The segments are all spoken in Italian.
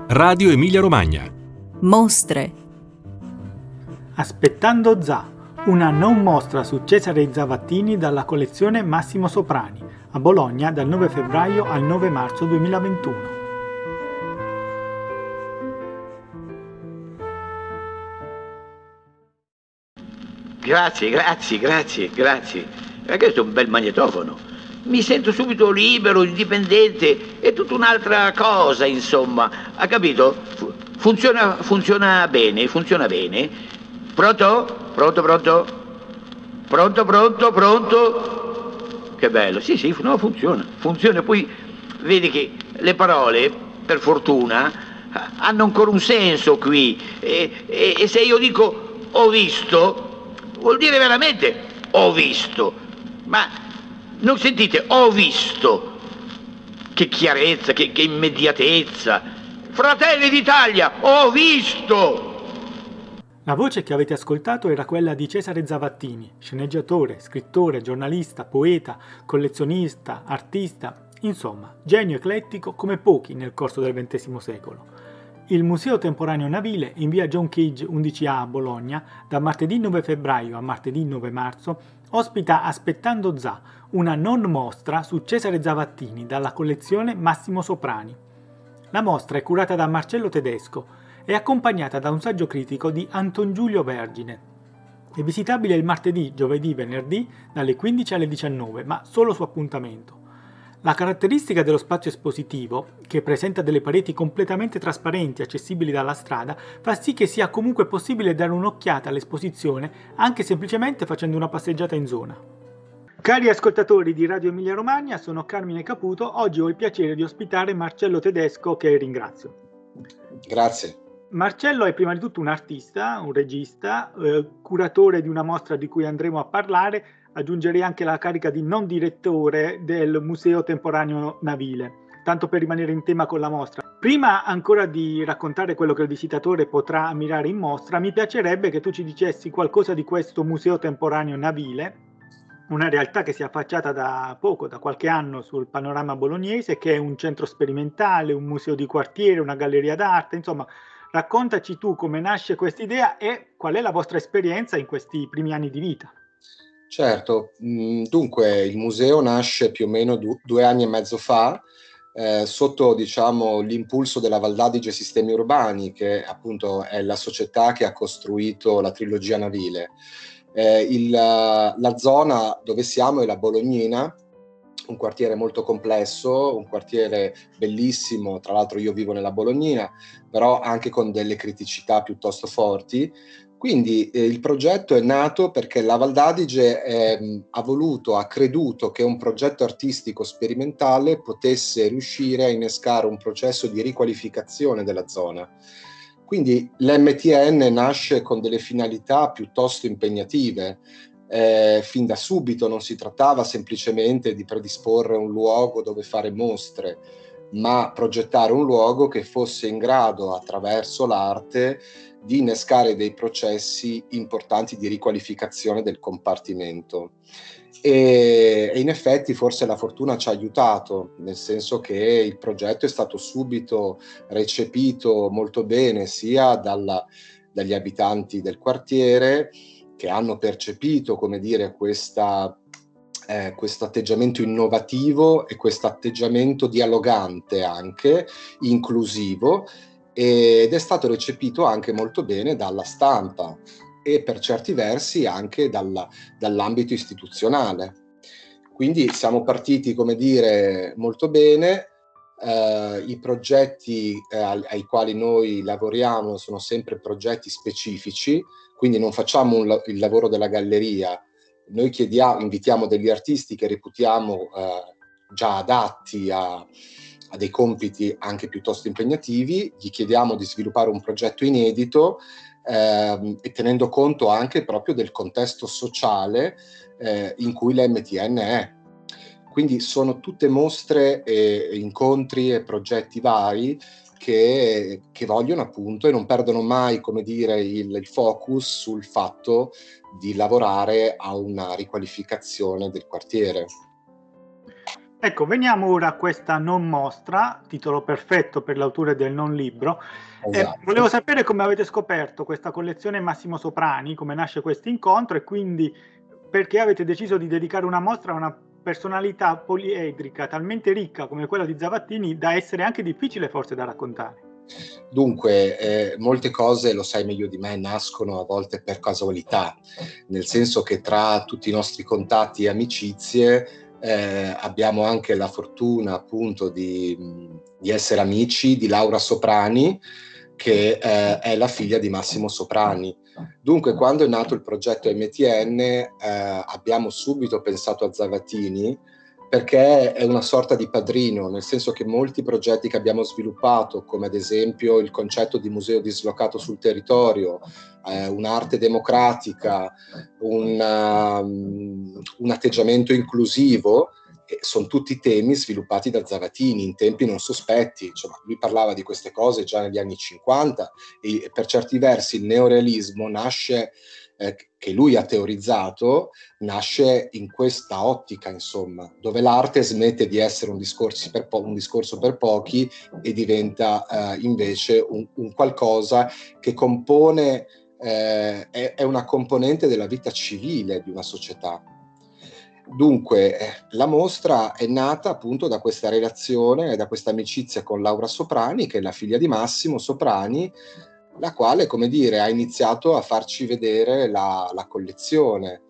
Radio Emilia Romagna. Mostre. Aspettando Za, una non mostra su Cesare Zavattini dalla collezione Massimo Soprani, a Bologna dal 9 febbraio al 9 marzo 2021. Grazie. Questo è un bel magnetofono. Mi sento subito libero, indipendente, è tutta un'altra cosa, insomma. Ha capito? Funziona bene. Pronto? Pronto? Che bello, sì, no, funziona. Poi vedi che le parole, per fortuna, hanno ancora un senso qui. E se io dico ho visto, vuol dire veramente ho visto. Ma non sentite, ho visto. Che chiarezza, che immediatezza. Fratelli d'Italia, ho visto. La voce che avete ascoltato era quella di Cesare Zavattini, sceneggiatore, scrittore, giornalista, poeta, collezionista, artista, insomma, genio eclettico come pochi nel corso del XX secolo. Il Museo Temporaneo Navile in via John Cage 11A a Bologna, da martedì 9 febbraio a martedì 9 marzo, ospita Aspettando Za, una non mostra su Cesare Zavattini dalla collezione Massimo Soprani. La mostra è curata da Marcello Tedesco e accompagnata da un saggio critico di Anton Giulio Vergine. È visitabile il martedì, giovedì, venerdì dalle 15 alle 19, ma solo su appuntamento. La caratteristica dello spazio espositivo, che presenta delle pareti completamente trasparenti accessibili dalla strada, fa sì che sia comunque possibile dare un'occhiata all'esposizione anche semplicemente facendo una passeggiata in zona. Cari ascoltatori di Radio Emilia Romagna, sono Carmine Caputo. Oggi ho il piacere di ospitare Marcello Tedesco, che ringrazio. Grazie. Marcello è prima di tutto un artista, un regista, curatore di una mostra di cui andremo a parlare. Aggiungerei anche la carica di non direttore del Museo Temporaneo Navile, tanto per rimanere in tema con la mostra. Prima ancora di raccontare quello che il visitatore potrà ammirare in mostra, mi piacerebbe che tu ci dicessi qualcosa di questo Museo Temporaneo Navile, una realtà che si è affacciata da qualche anno sul panorama bolognese, che è un centro sperimentale, un museo di quartiere, una galleria d'arte, insomma. Raccontaci tu come nasce questa idea e qual è la vostra esperienza in questi primi anni di vita. Certo, dunque il museo nasce più o meno 2 anni e mezzo fa, sotto l'impulso della Valdadige Sistemi Urbani, che appunto è la società che ha costruito la trilogia navile. La zona dove siamo è la Bolognina, un quartiere molto complesso, un quartiere bellissimo, tra l'altro io vivo nella Bolognina, però anche con delle criticità piuttosto forti. Quindi il progetto è nato perché la Valdadige ha creduto che un progetto artistico sperimentale potesse riuscire a innescare un processo di riqualificazione della zona. Quindi l'MTN nasce con delle finalità piuttosto impegnative. Fin da subito non si trattava semplicemente di predisporre un luogo dove fare mostre, ma progettare un luogo che fosse in grado, attraverso l'arte, di innescare dei processi importanti di riqualificazione del compartimento. E in effetti forse la fortuna ci ha aiutato, nel senso che il progetto è stato subito recepito molto bene sia dagli abitanti del quartiere, che hanno percepito, questo atteggiamento innovativo e questo atteggiamento dialogante, anche inclusivo, ed è stato recepito anche molto bene dalla stampa e per certi versi anche dall'ambito istituzionale. Quindi siamo partiti, molto bene. I progetti ai quali noi lavoriamo sono sempre progetti specifici, quindi non facciamo il lavoro della galleria. Noi invitiamo degli artisti che reputiamo già adatti a dei compiti anche piuttosto impegnativi, gli chiediamo di sviluppare un progetto inedito e tenendo conto anche proprio del contesto sociale in cui l'MTN è. Quindi sono tutte mostre, incontri e progetti vari che vogliono appunto e non perdono mai, il focus sul fatto di lavorare a una riqualificazione del quartiere. Ecco, veniamo ora a questa non mostra, titolo perfetto per l'autore del non libro. Volevo Esatto. sapere come avete scoperto questa collezione Massimo Soprani, come nasce questo incontro e quindi perché avete deciso di dedicare una mostra a una personalità poliedrica talmente ricca come quella di Zavattini da essere anche difficile forse da raccontare. Dunque, molte cose, lo sai meglio di me, nascono a volte per casualità, nel senso che tra tutti i nostri contatti e amicizie abbiamo anche la fortuna appunto di essere amici di Laura Soprani, che è la figlia di Massimo Soprani. Dunque, quando è nato il progetto MTN, abbiamo subito pensato a Zavattini, perché è una sorta di padrino, nel senso che molti progetti che abbiamo sviluppato, come ad esempio il concetto di museo dislocato sul territorio, un'arte democratica, un atteggiamento inclusivo, sono tutti temi sviluppati da Zavattini in tempi non sospetti. Insomma, lui parlava di queste cose già negli anni 50 e per certi versi il neorealismo nasce, che lui ha teorizzato, nasce in questa ottica, insomma, dove l'arte smette di essere un discorso per pochi e diventa invece un qualcosa che compone, è una componente della vita civile di una società. Dunque, la mostra è nata appunto da questa relazione e da questa amicizia con Laura Soprani, che è la figlia di Massimo Soprani, la quale, come dire, ha iniziato a farci vedere la collezione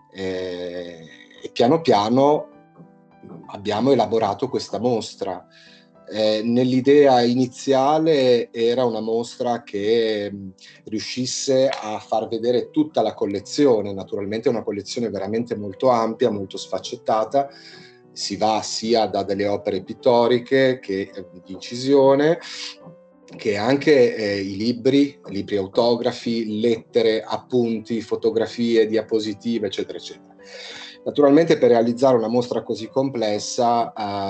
e piano piano abbiamo elaborato questa mostra. Nell'idea iniziale era una mostra che riuscisse a far vedere tutta la collezione. Naturalmente è una collezione veramente molto ampia, molto sfaccettata. Si va sia da delle opere pittoriche che di incisione, che anche i libri autografi, lettere, appunti, fotografie, diapositive, eccetera, eccetera. Naturalmente per realizzare una mostra così complessa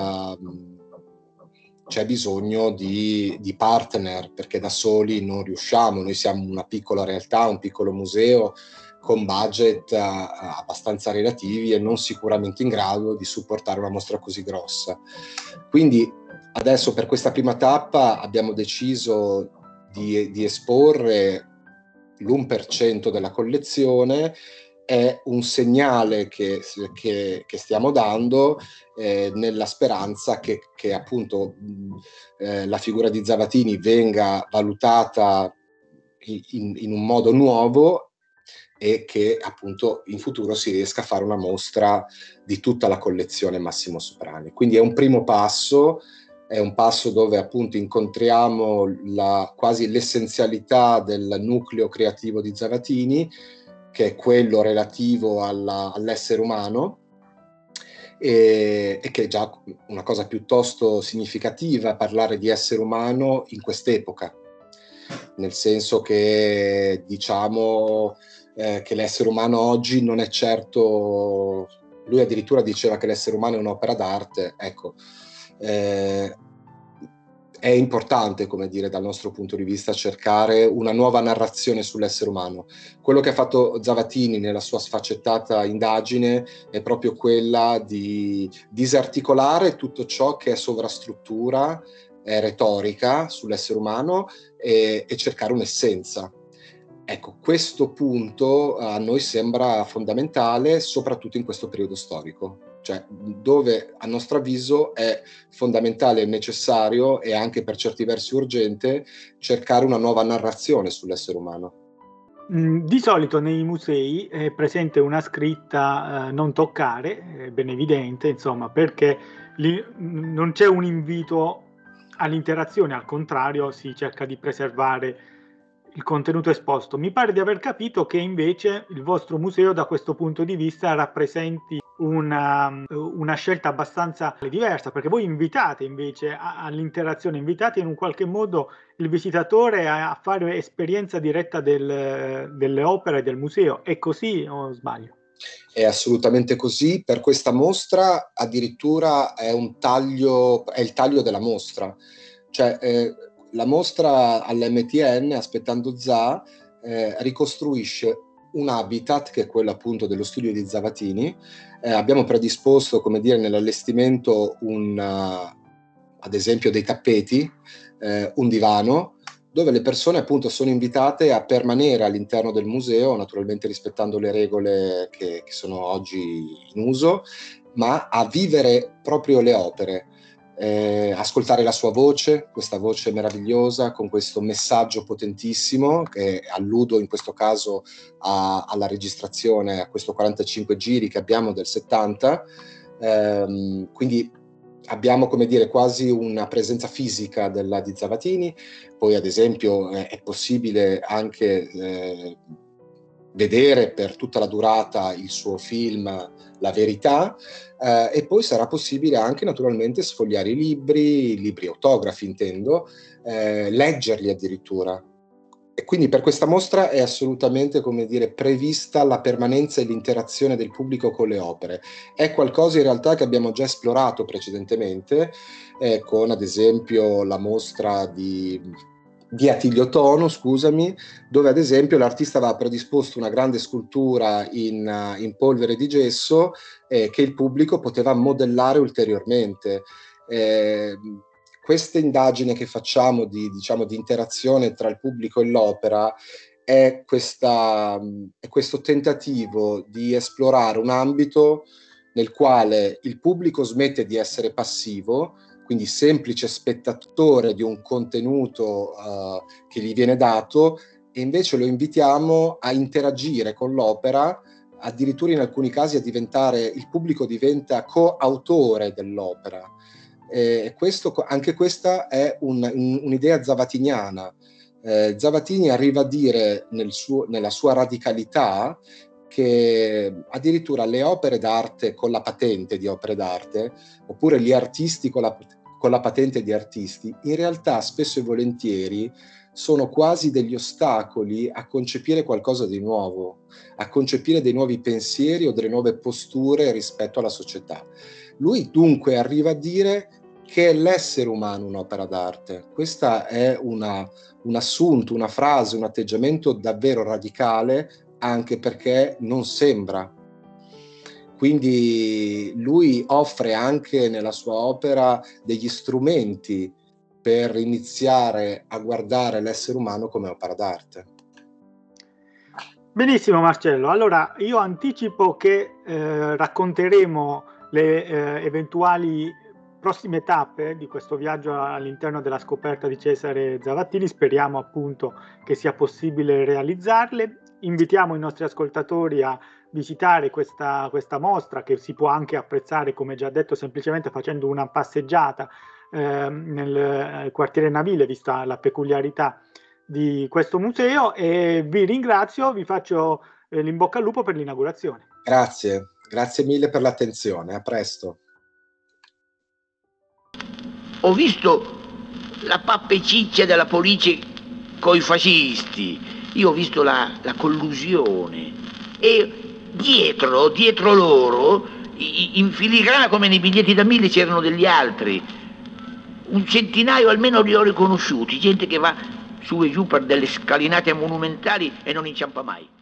c'è bisogno di partner, perché da soli non riusciamo. Noi siamo una piccola realtà, un piccolo museo con budget abbastanza relativi e non sicuramente in grado di supportare una mostra così grossa. Quindi adesso per questa prima tappa abbiamo deciso di esporre l'1% della collezione. È un segnale che stiamo dando nella speranza che appunto la figura di Zavattini venga valutata in un modo nuovo e che appunto in futuro si riesca a fare una mostra di tutta la collezione Massimo Soprani. Quindi è un primo passo, è un passo dove appunto incontriamo quasi l'essenzialità del nucleo creativo di Zavattini, che è quello relativo all'essere umano, e che è già una cosa piuttosto significativa parlare di essere umano in quest'epoca, nel senso che diciamo che l'essere umano oggi non è certo. Lui addirittura diceva che l'essere umano è un'opera d'arte. Ecco, è importante, come dire, dal nostro punto di vista, cercare una nuova narrazione sull'essere umano. Quello che ha fatto Zavattini nella sua sfaccettata indagine è proprio quella di disarticolare tutto ciò che è sovrastruttura, è retorica sull'essere umano e cercare un'essenza. Ecco, questo punto a noi sembra fondamentale, soprattutto in questo periodo storico, cioè dove a nostro avviso è fondamentale e necessario e anche per certi versi urgente cercare una nuova narrazione sull'essere umano. Di solito nei musei è presente una scritta non toccare, ben evidente, insomma, perché lì non c'è un invito all'interazione, al contrario si cerca di preservare il contenuto esposto. Mi pare di aver capito che invece il vostro museo da questo punto di vista rappresenti una scelta abbastanza diversa, perché voi invitate invece all'interazione, invitate in un qualche modo il visitatore a fare esperienza diretta delle opere del museo. È così o sbaglio? È assolutamente così. Per questa mostra addirittura è il taglio della mostra, cioè la mostra all'MTN Aspettando Za ricostruisce un habitat che è quello appunto dello studio di Zavattini, abbiamo predisposto, come dire, nell'allestimento ad esempio dei tappeti, un divano, dove le persone appunto sono invitate a permanere all'interno del museo, naturalmente rispettando le regole che sono oggi in uso, ma a vivere proprio le opere, ascoltare la sua voce, questa voce meravigliosa, con questo messaggio potentissimo, che alludo in questo caso alla registrazione, a questo 45 giri che abbiamo del 70, quindi abbiamo, come dire, quasi una presenza fisica di Zavattini. Poi ad esempio è possibile anche vedere per tutta la durata il suo film La Verità, e poi sarà possibile anche naturalmente sfogliare i libri autografi intendo, leggerli addirittura. E quindi per questa mostra è assolutamente, come dire, prevista la permanenza e l'interazione del pubblico con le opere. È qualcosa in realtà che abbiamo già esplorato precedentemente, con ad esempio la mostra di Attilio Tono, scusami, dove ad esempio l'artista aveva predisposto una grande scultura in polvere di gesso, che il pubblico poteva modellare ulteriormente. Questa indagine che facciamo di interazione tra il pubblico e l'opera è questo tentativo di esplorare un ambito nel quale il pubblico smette di essere passivo, quindi semplice spettatore di un contenuto che gli viene dato, e invece lo invitiamo a interagire con l'opera, addirittura in alcuni casi il pubblico diventa coautore dell'opera. Anche questa è un'idea zavattiniana. Zavattini arriva a dire nella sua radicalità che addirittura le opere d'arte con la patente di opere d'arte, oppure gli artisti con la patente di artisti, in realtà spesso e volentieri sono quasi degli ostacoli a concepire qualcosa di nuovo, a concepire dei nuovi pensieri o delle nuove posture rispetto alla società. Lui dunque arriva a dire che è l'essere umano un'opera d'arte. Questa è un assunto, una frase, un atteggiamento davvero radicale, anche perché non sembra. Quindi lui offre anche nella sua opera degli strumenti per iniziare a guardare l'essere umano come opera d'arte. Benissimo Marcello, allora io anticipo che racconteremo le eventuali prossime tappe di questo viaggio all'interno della scoperta di Cesare Zavattini. Speriamo appunto che sia possibile realizzarle. Invitiamo i nostri ascoltatori a visitare questa mostra, che si può anche apprezzare, come già detto, semplicemente facendo una passeggiata nel quartiere Navile, vista la peculiarità di questo museo, e vi ringrazio, vi faccio l'in bocca al lupo per l'inaugurazione. Grazie mille per l'attenzione, a presto. Ho visto la pappeciccia della police coi fascisti, io ho visto la collusione, e dietro loro, in filigrana come nei biglietti da 1000, c'erano degli altri. Un centinaio almeno li ho riconosciuti, gente che va su e giù per delle scalinate monumentali e non inciampa mai.